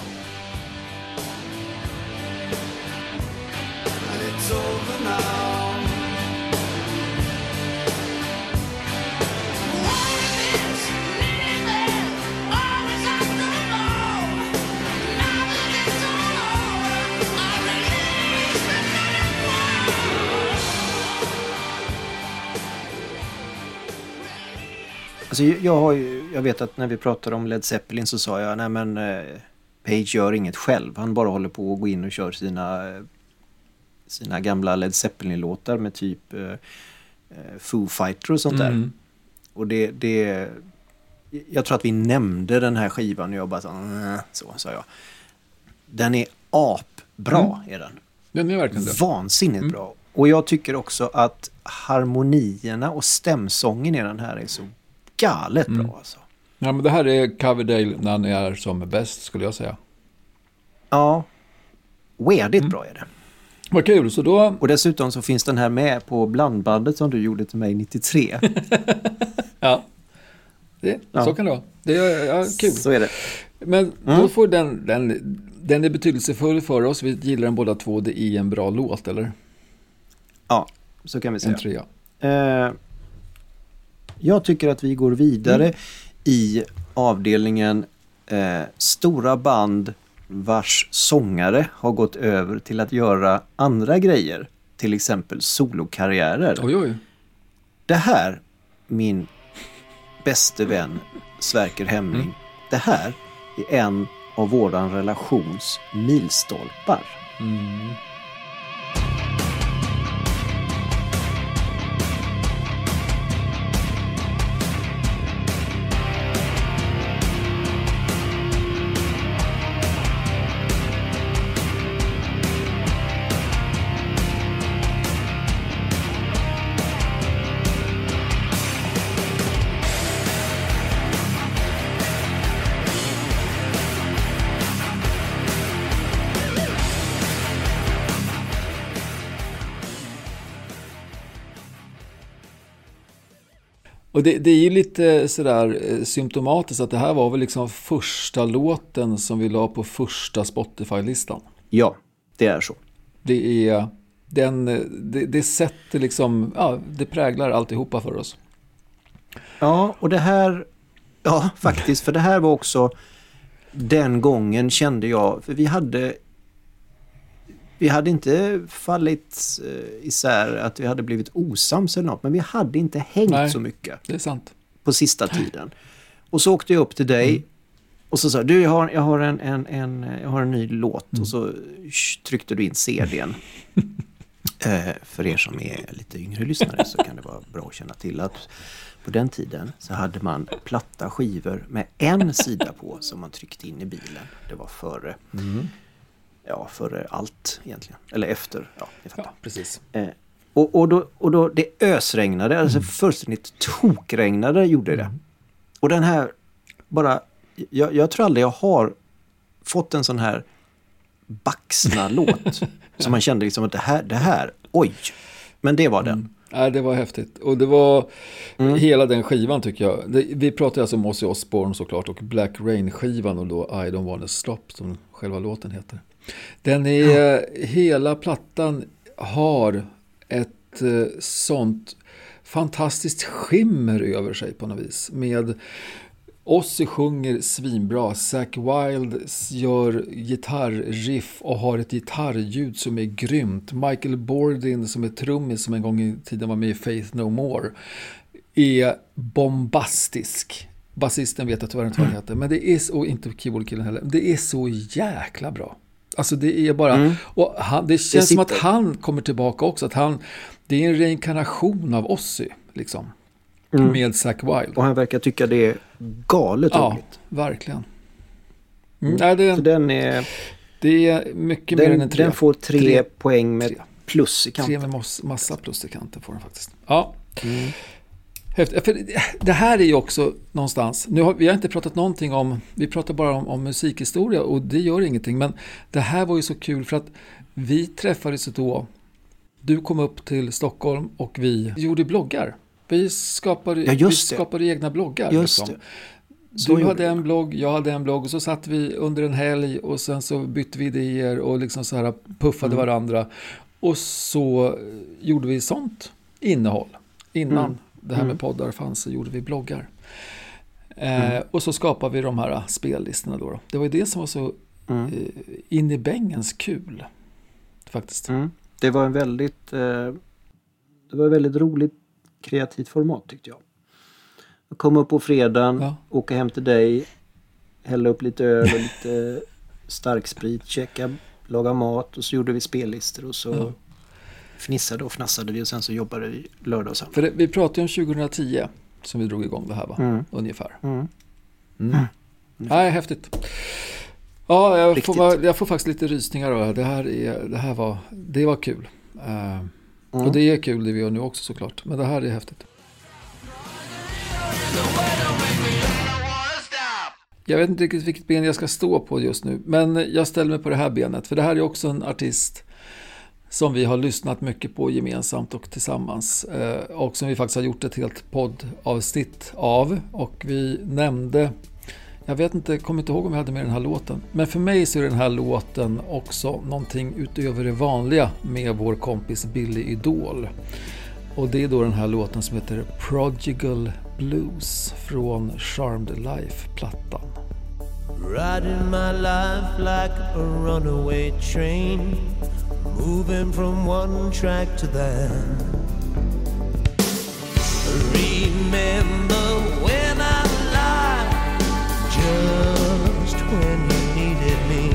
It's over now. Alltså jag, har ju, jag vet att när vi pratade om Led Zeppelin så sa jag nej men eh, Page gör inget själv. Han bara håller på att gå in och kör sina, sina gamla Led Zeppelin-låtar med typ eh, Foo Fighter och sånt där. Mm. Och det, det... Jag tror att vi nämnde den här skivan och jag bara så, äh, så sa jag. Den är apbra, Mm. är den. Den är verkligen det. Vansinnigt Mm. bra. Och jag tycker också att harmonierna och stämsången i den här är så galet Mm. bra alltså. Ja, men det här är Coverdale när han är som bäst, skulle jag säga. Ja, weirdigt Mm. bra är det. Vad kul, så då... Och dessutom så finns den här med på blandbandet som du gjorde till mig nittiotre. Ja, det, Ja. så kan det vara. Det är ja, kul. Så är det. Men Mm. då får den, den, den är betydelsefull för oss. Vi gillar den båda två. Det är en bra låt, eller? Ja, så kan vi säga. En trea. Eh, jag tycker att vi går vidare Mm. i avdelningen eh, stora band vars sångare har gått över till att göra andra grejer. Till exempel solokarriärer. Oj, oj. Det här, min bäste vän Sverker Hemling, Mm. det här är en av våran relations milstolpar. Mm. Och det, det är ju lite sådär eh, symptomatiskt att det här var väl liksom första låten som vi la på första Spotify-listan. Ja, det är så. Det är den, det, det sätter liksom, ja, det präglar alltihopa för oss. Ja, och det här, ja faktiskt, för det här var också den gången kände jag, för vi hade vi hade inte fallit eh, isär att vi hade blivit osams eller något, men vi hade inte hängt Nej. så mycket Det är sant. på sista tiden. Och så åkte jag upp till dig Mm. och så sa du, jag har, jag har, en, en, en, jag har en ny låt Mm. och så sh, tryckte du in C D:n. eh, för er som är lite yngre lyssnare så kan det vara bra att känna till att på den tiden så hade man platta skivor med en sida på som man tryckte in i bilen. Det var före, Mm. ja, före allt egentligen. Eller efter, ja, ni fattar. Ja, precis. Eh, och, och, då, och då det ösregnade, alltså fullständigt tokregnade gjorde det. Mm. Och den här, bara, jag, jag tror aldrig jag har fått en sån här baxna låt. Som man kände liksom att det här, det här, oj. Men det var den. Mm. Ja, det var häftigt. Och det var Mm. hela den skivan tycker jag. Det, vi pratade alltså om Ozzy Osbourne såklart och Black Rain-skivan och då I Don't Wanna Stop som själva låten heter. Den är, ja. Hela plattan har ett eh, sånt fantastiskt skimmer över sig på något vis. Med Ozzy sjunger svinbra, Zakk Wylde gör gitarriff och har ett gitarrljud som är grymt. Michael Bordin som är trummis som en gång i tiden var med i Faith No More är bombastisk. Basisten vet jag tyvärr inte vad han heter, men det är så, och inte keyboardkillen heller, det är så jäkla bra. Alltså det är bara, Mm. och han, det känns det som att han kommer tillbaka också, att han, det är en reinkarnation av Ozzy liksom. Mm. Med Zakk Wylde. Och han verkar tycka det är galet Ja, roligt. verkligen. Mm. Mm. Nej, det, Så den är, det är mycket mer än den, en tre. den får tre, Tre. poäng med Tre. plus i Tre kanten. med mass, massa plus i kanten får den faktiskt. Ja, Mm. häftigt. För det här är ju också någonstans, nu har, vi har inte pratat någonting om, vi pratar bara om, om musikhistoria och det gör ingenting, men det här var ju så kul för att vi träffades då, du kom upp till Stockholm och vi gjorde bloggar. Vi skapade, Ja, vi just det. skapade egna bloggar. Just liksom. det. Så Du gjorde hade vi. en blogg, jag hade en blogg och så satt vi under en helg och sen så bytte vi idéer och liksom så här puffade Mm. varandra och så gjorde vi sånt innehåll. Innan Mm. det här med Mm. poddar fanns så gjorde vi bloggar. Eh, Mm. och så skapade vi de här spellistorna då. Det var ju det som var så Mm. eh, in i bängens kul faktiskt. Mm. Det var en väldigt eh, det var ett väldigt roligt kreativt format tyckte jag. Komma upp på fredagen, Ja. åka hem till dig, hälla upp lite öl och lite starksprit, checka, laga mat och så gjorde vi spellistor och så Ja. fnissade och fnassade vi och sen så jobbade vi lördag och söndag. För det, vi pratade ju om tjugohundratio som vi drog igång det här, va? Mm. Ungefär. Mm. Mm. Nej, häftigt. Ja, jag får, Riktigt. vara- jag får faktiskt lite rysningar då. Det här, är, det här var, det var kul. Uh, Mm. Och det är kul det vi gör nu också såklart. Men det här är häftigt. Jag vet inte riktigt vilket ben jag ska stå på just nu. Men jag ställer mig på det här benet. För det här är också en artist som vi har lyssnat mycket på gemensamt och tillsammans. Eh, och som vi faktiskt har gjort ett helt poddavsnitt av. Och vi nämnde, jag vet inte, kommer inte ihåg om jag hade med den här låten. Men för mig så är den här låten också någonting utöver det vanliga med vår kompis Billy Idol. Och det är då den här låten som heter Prodigal Blues från Charmed Life-plattan. Riding my life like a runaway train, moving from one track to that. Remember when I lied, just when you needed me.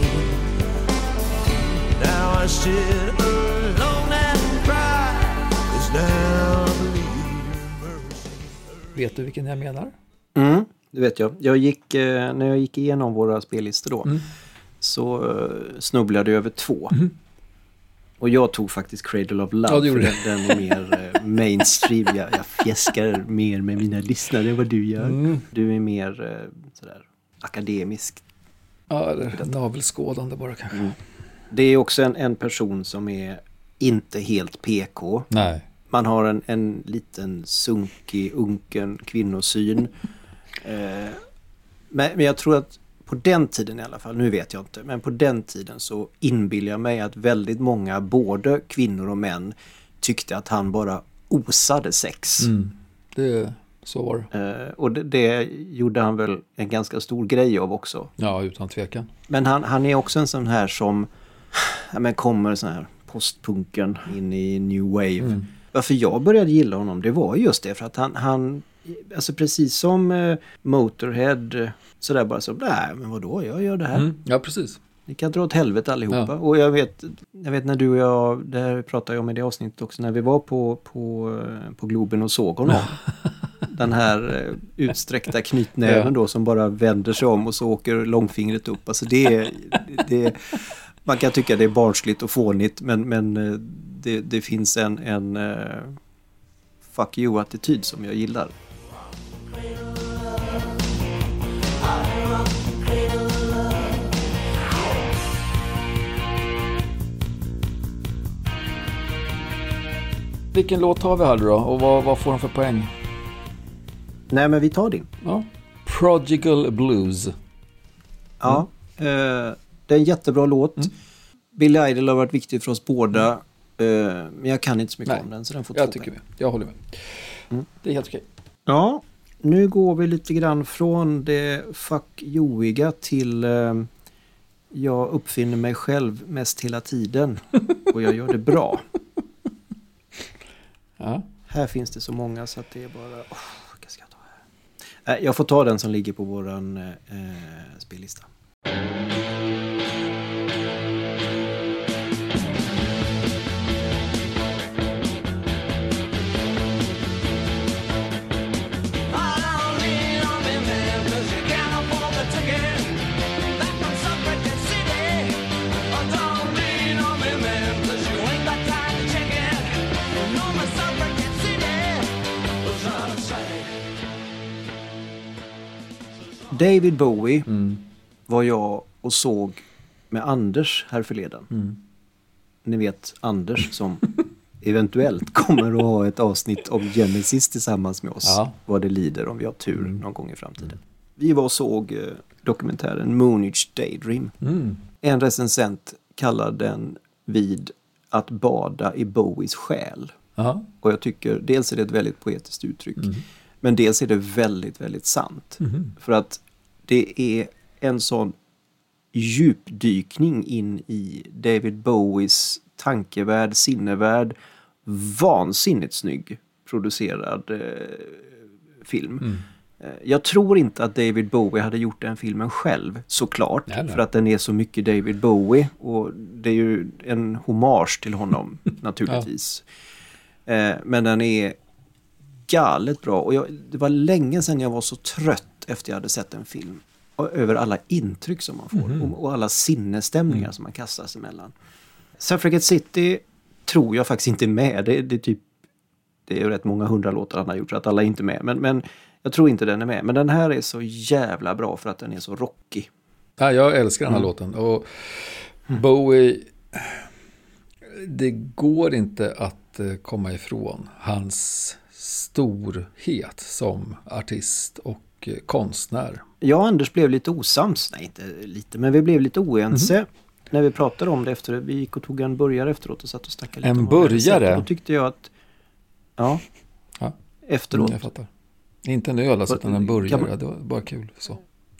Now I sit alone and cry, 'cause now I believe mercy. Vet du vilken jag menar? Mm, det vet jag. Jag gick, eh, när jag gick igenom våra spellistor då Mm. så eh, snubblade jag över två. Mm. Och jag tog faktiskt Cradle of Love. Ja, det gjorde för den, den är mer eh, mainstream. Jag, jag fjäskar mer med mina lyssnare än vad du gör. Mm. Du är mer eh, sådär akademisk. Ja, eller navelskådande bara kanske. Mm. Det är också en, en person som är inte helt P K. Nej. Man har en, en liten sunkig, unken kvinnosyn. eh, men, men jag tror att på den tiden i alla fall, nu vet jag inte, men på den tiden så inbillar jag mig att väldigt många, både kvinnor och män, tyckte att han bara osade sex. Mm. Det, så var det. Eh, och det, det gjorde han väl en ganska stor grej av också. Ja, utan tvekan. Men han, han är också en sån här som ja, men kommer sån här postpunken in i new wave. Mm. Varför jag började gilla honom, det var just det. För att han, han alltså precis som eh, Motorhead, eh, sådär bara så, nej men vadå, jag gör det här. Mm. Ja, precis. Ni kan dra åt helvete allihopa. Ja. Och jag vet, jag vet när du och jag, det här pratade jag om i det avsnittet också, när vi var på, på, eh, på Globen och såg honom. Den här eh, utsträckta knytnäven Ja. då som bara vänder sig om och så åker långfingret upp. Alltså det är, det, man kan tycka det är barnsligt och fånigt, men, men eh, det, det finns en, en uh, fuck you-attityd som jag gillar. Vilken låt har vi här då? Och vad, vad får de för poäng? Nej, men vi tar din. Ja. Prodigal Blues. Ja, eh, det är en jättebra låt. Mm. Billy Idol har varit viktig för oss båda. Eh, men jag kan inte så mycket Nej, om den, så den får Jag två tycker poäng. vi. Jag håller med. Mm. Det är helt okej. Ja, nu går vi lite grann från det fuck you-iga till eh, jag uppfinner mig själv mest hela tiden och jag gör det bra. Ja. Här finns det så många så att det är bara... Oh, vad ska jag ta här? Eh, jag får ta den som ligger på våran eh, spellista. David Bowie Mm. var jag och såg med Anders här förleden. Mm. Ni vet Anders som eventuellt kommer att ha ett avsnitt om Genesis tillsammans med oss. Ja. Vad det lider om vi har tur Mm. någon gång i framtiden. Vi var och såg eh, dokumentären Moonage Daydream. Mm. En recensent kallar den vid att bada i Bowies själ. Ja. Och jag tycker dels är det ett väldigt poetiskt uttryck. Mm. Men dels är det väldigt, väldigt sant. Mm. För att det är en sån djupdykning in i David Bowies tankevärld, sinnevärld. Vansinnigt snygg producerad eh, film. Mm. Jag tror inte att David Bowie hade gjort den filmen själv, såklart. Nej, nej. För att den är så mycket David Bowie. Och det är ju en hommage till honom, naturligtvis. Ja. Eh, men den är galet bra. Och jag, det var länge sedan jag var så trött efter jag hade sett en film. Och över alla intryck som man får. Mm. Och, och alla sinnesstämningar mm. som man kastas emellan. Suffragette City tror jag faktiskt inte är med. Det, det, är typ, det är ju rätt många hundra låtar han har gjort, så att alla är inte med. Men... men jag tror inte den är med. Men den här är så jävla bra för att den är så rockig. Ja, jag älskar den här mm. låten. Och Bowie, det går inte att komma ifrån hans storhet som artist och konstnär. Jag och Anders blev lite osams. Nej, inte lite, men vi blev lite oense. Mm. När vi pratade om det efter. Vi gick och tog en burgare efteråt och satt och snackade lite en om burgare? Och då tyckte jag att... Ja, ja. efteråt. Jag fattar. Inte en öl, alltså, utan en burgare. Man... Det var bara kul. Så.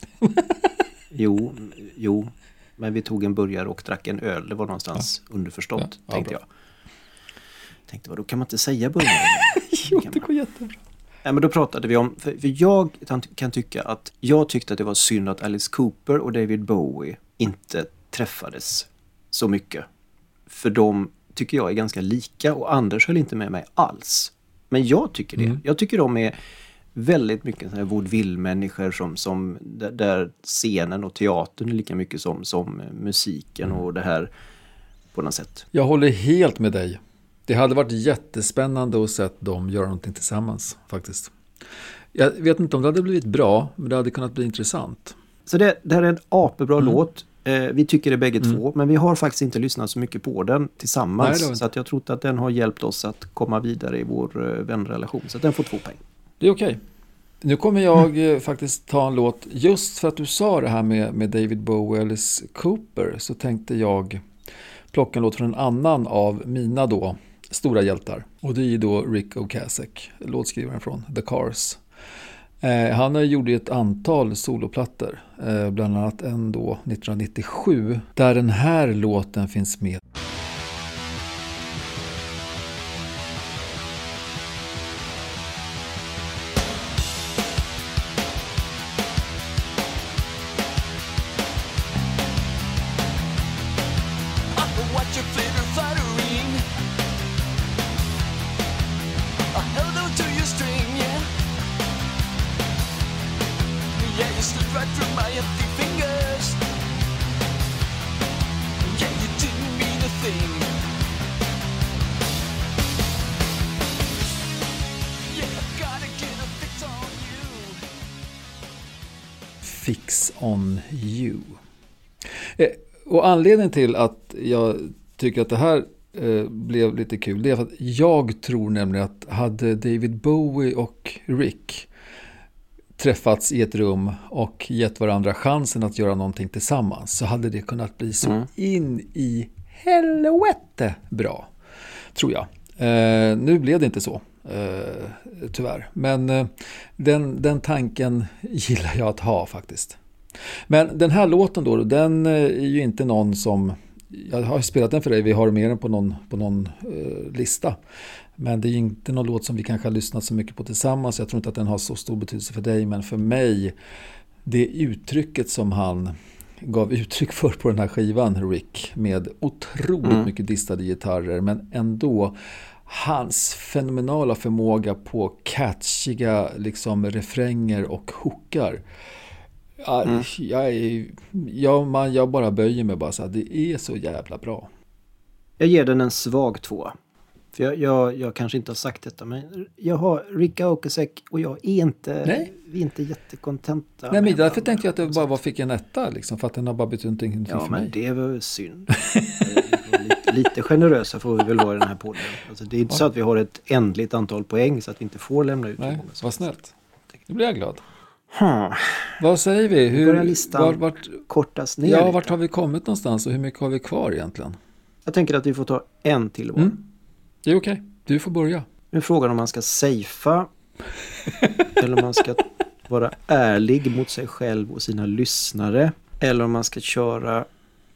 jo, jo, men vi tog en burgare och drack en öl. Det var någonstans ja. underförstått, ja, tänkte ja, jag. Tänkte, vad då kan man inte säga burgare? jo, det går jättebra. Ja, men då pratade vi om, för, för jag kan tycka att jag tyckte att det var synd att Alice Cooper och David Bowie inte träffades så mycket. För de tycker jag är ganska lika, och Anders höll inte med mig alls. Men jag tycker det. Mm. Jag tycker de är väldigt mycket sådana här vaudeville-människor som, som där, där scenen och teatern är lika mycket som, som musiken mm. och det här på något sätt. Jag håller helt med dig. Det hade varit jättespännande att se dem göra någonting tillsammans faktiskt. Jag vet inte om det hade blivit bra, men det hade kunnat bli intressant. Så det, det här är en apebra mm. låt. Eh, vi tycker det bägge mm. två, men vi har faktiskt inte lyssnat så mycket på den tillsammans. Nej, så att jag tror att den har hjälpt oss att komma vidare i vår eh, vänrelation. Så att den får två poäng. Det är okej. Okay. Nu kommer jag mm. faktiskt ta en låt. Just för att du sa det här med, med David Bowie och Alice Cooper, så tänkte jag plocka en låt från en annan av mina då stora hjältar. Och det är då Rick Ocasek, låtskrivaren från The Cars. Eh, han gjorde ett antal soloplattor, eh, bland annat en då nittonhundranittiosju, där den här låten finns med. Fix on you. Eh, och anledningen till att jag tycker att det här eh, blev lite kul, det är för att jag tror nämligen att hade David Bowie och Rick träffats i ett rum och gett varandra chansen att göra någonting tillsammans, så hade det kunnat bli så mm. in i helvete bra, tror jag. Eh, nu blev det inte så. Uh, tyvärr. Men uh, den, den tanken gillar jag att ha faktiskt. Men den här låten då, den uh, är ju inte någon som, jag har spelat den för dig, vi har med den på någon, på någon uh, lista. Men det är ju inte någon låt som vi kanske har lyssnat så mycket på tillsammans. Jag tror inte att den har så stor betydelse för dig, men för mig, det uttrycket som han gav uttryck för på den här skivan, Rick, med otroligt mm. mycket distade gitarrer, men ändå hans fenomenala förmåga på catchiga liksom refränger och hookar. Mm. Jag, jag, man, jag bara böjer mig bara så här, det är så jävla bra. Jag ger den en svag två. För jag, jag, jag kanske inte har sagt detta, men jag har Rick Ocasek och jag är inte, Nej. vi är inte jättekontenta. Nej, men därför tänkte jag att det bara var fick en etta, liksom, för att den har bara betytt någonting ja, för mig. Ja, men det var synd. lite, lite generösa får vi väl vara i den här podden. Alltså, det är inte ja. så att vi har ett ändligt antal poäng så att vi inte får lämna ut. Nej, vad snällt. Nu blir jag glad. Hmm. Vad säger vi? Hur börjar listan var, vart, kortas ner Ja, lite. Vart har vi kommit någonstans och hur mycket har vi kvar egentligen? Jag tänker att vi får ta en till var. Mm. Det är okej. Okay. Du får börja. Nu är frågan om man ska safea eller om man ska vara ärlig mot sig själv och sina lyssnare, eller om man ska köra...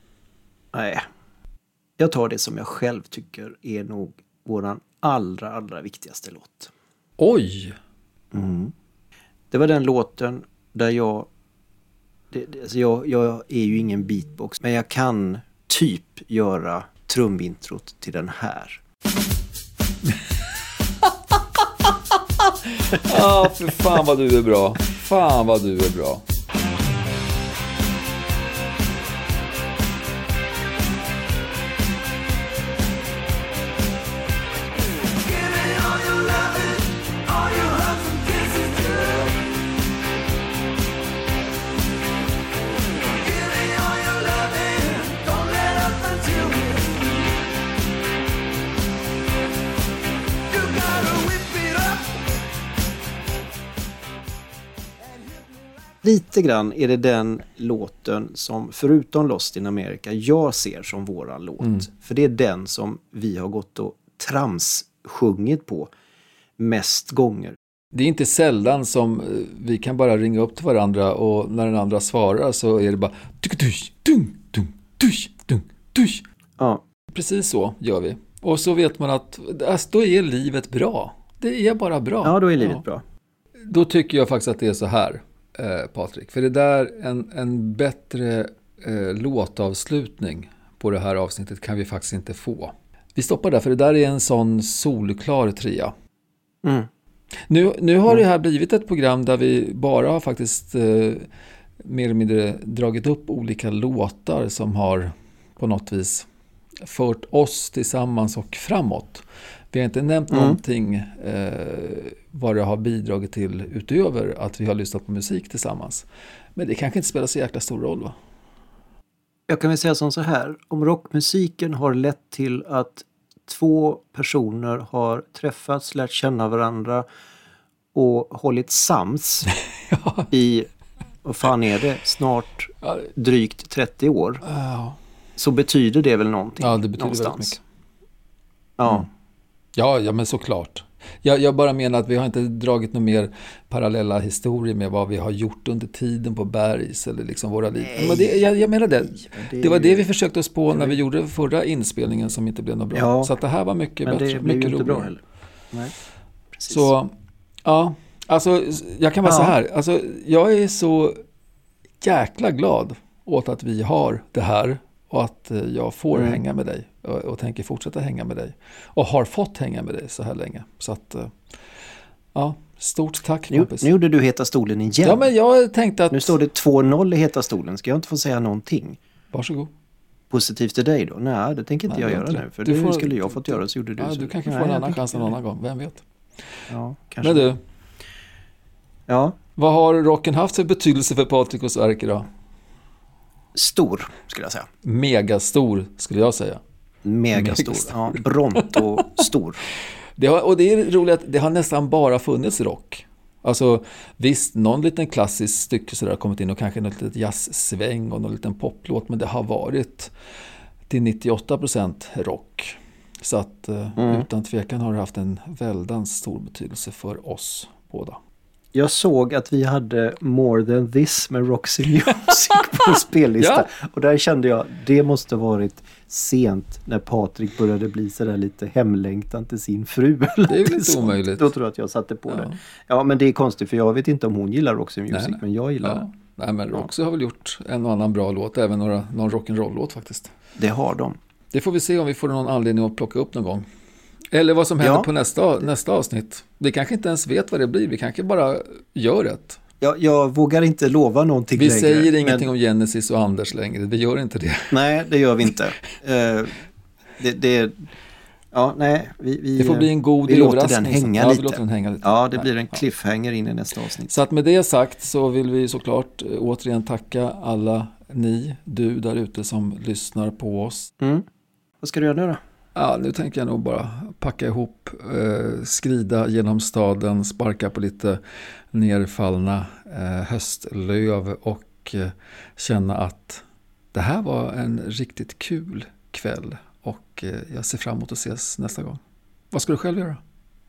Nej. Jag tar det som jag själv tycker är nog våran allra, allra viktigaste låt. Oj! Mm. Det var den låten där jag... Det, det, alltså jag, jag är ju ingen beatbox, men jag kan typ göra trumintrot till den här. Ja, ah, för fan vad du är bra. Fan vad du är bra. Lite grann är det den låten som, förutom Lost in America, jag ser som våran låt. Mm. För det är den som vi har gått och tramssjungit på mest gånger. Det är inte sällan som vi kan bara ringa upp till varandra och när den andra svarar så är det bara ja. Precis så gör vi. Och så vet man att alltså, då är livet bra. Det är bara bra. Ja, då är livet ja. bra. Då tycker jag faktiskt att det är så här. Patrik, för det där en, en bättre eh, låtavslutning på det här avsnittet kan vi faktiskt inte få. Vi stoppar där, för det där är en sån solklar trea. Mm. Nu, nu har mm. det här blivit ett program där vi bara har faktiskt eh, mer eller mindre dragit upp olika låtar som har på något vis fört oss tillsammans och framåt. Vi har inte nämnt mm. någonting eh, vad det har bidragit till utöver att vi har lyssnat på musik tillsammans. Men det kanske inte spelar så jäkla stor roll, va? Jag kan väl säga som så här. Om rockmusiken har lett till att två personer har träffats, lärt känna varandra och hållit sams ja. i, vad fan är det, snart drygt trettio år. Ja. Så betyder det väl någonting. Ja, det betyder någonstans. väldigt mycket. Ja. Mm. Ja, ja, men såklart. Jag, jag bara menar att vi har inte dragit några mer parallella historier med vad vi har gjort under tiden på Bergs eller liksom våra liv. Men det, jag, jag menar det. Det, det var det vi försökte oss på när vi gjorde förra inspelningen som inte blev något bra. Ja, så att det här var mycket men bättre, det blev mycket inte roligare. Bra heller. Nej, precis. Så, ja, alltså jag kan vara ja. så här. Alltså, jag är så jäkla glad åt att vi har det här. Och att jag får mm. hänga med dig. Och, och tänker fortsätta hänga med dig. Och har fått hänga med dig så här länge. Så att, ja, stort tack. Nu, nu gjorde du Heta stolen igen. Ja, men jag tänkte att... Nu står det två noll i Heta stolen. Ska jag inte få säga någonting? Varsågod. Positivt till dig då? Nej, det tänker inte Nej, jag göra nu. För det får, skulle jag fått göra så gjorde du. Ja, så. du kanske Nej, får en annan chans en annan gång. Vem vet? Ja, kanske. Men du. Ja. Vad har rocken haft för betydelse för Patrik och Sverker då? Stor, skulle jag säga. Megastor, skulle jag säga. Megastor, Megastor. Ja, Bronto-stor. Det har, och det är roligt att det har nästan bara funnits rock. Alltså visst, någon liten klassisk stycke så där har kommit in och kanske något litet jazzsväng och någon liten poplåt, men det har varit till nittioåtta procent rock. Så att mm. utan tvekan har det haft en väldigt stor betydelse för oss båda. Jag såg att vi hade More Than This med Roxy Music på spellistan. Ja. Och där kände jag, det måste varit sent när Patrik började bli så där lite hemlängtan till sin fru. Det är väl inte omöjligt. Då tror jag att jag satte på ja. det. Ja, men det är konstigt för jag vet inte om hon gillar Roxy Music, nej, nej. men jag gillar ja. det. Nej, men Roxy ja. har väl gjort en och annan bra låt, även några, någon rock'n'roll-låt faktiskt. Det har de. Det får vi se om vi får någon anledning att plocka upp någon gång. Eller vad som händer ja. på nästa, nästa avsnitt. Vi kanske inte ens vet vad det blir. Vi kanske bara gör det. Jag, jag vågar inte lova någonting vi längre. Vi säger ingenting men... om Genesis och Anders längre. Vi gör inte det. Nej, det gör vi inte. uh, det, det, ja, nej, vi, vi, det får bli en god vi låter den hänga ja, lite. Vi låter den hänga lite. Ja, det blir en cliffhanger in i nästa avsnitt. Så att med det sagt så vill vi såklart återigen tacka alla ni, du där ute som lyssnar på oss. Mm. Vad ska du göra nu då? Ja, nu tänker jag nog bara packa ihop, eh, skrida genom staden, sparka på lite nerfallna eh, höstlöv och eh, känna att det här var en riktigt kul kväll och eh, jag ser fram emot att ses nästa gång. Vad ska du själv göra?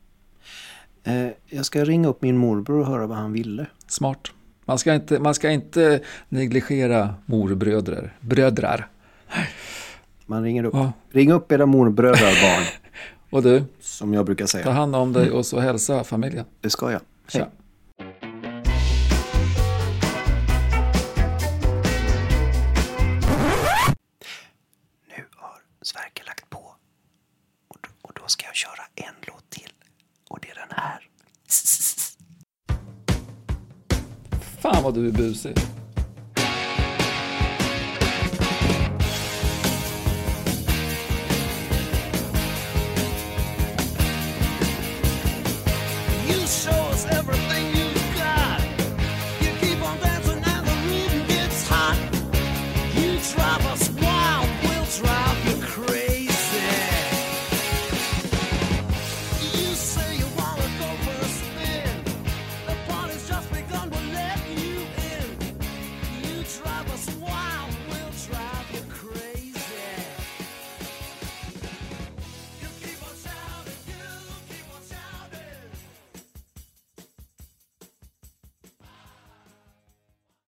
Eh, jag ska ringa upp min morbror och höra vad han ville. Smart. Man ska inte, man ska inte negligera morbrödrar. Brödrar. Man ringer upp. Ja. Ring upp era morbrödrar, barn. Och du? Som jag brukar säga. Ta hand om dig och så hälsa familjen. Det ska jag. Hej. Tja. Fan vad du är busig.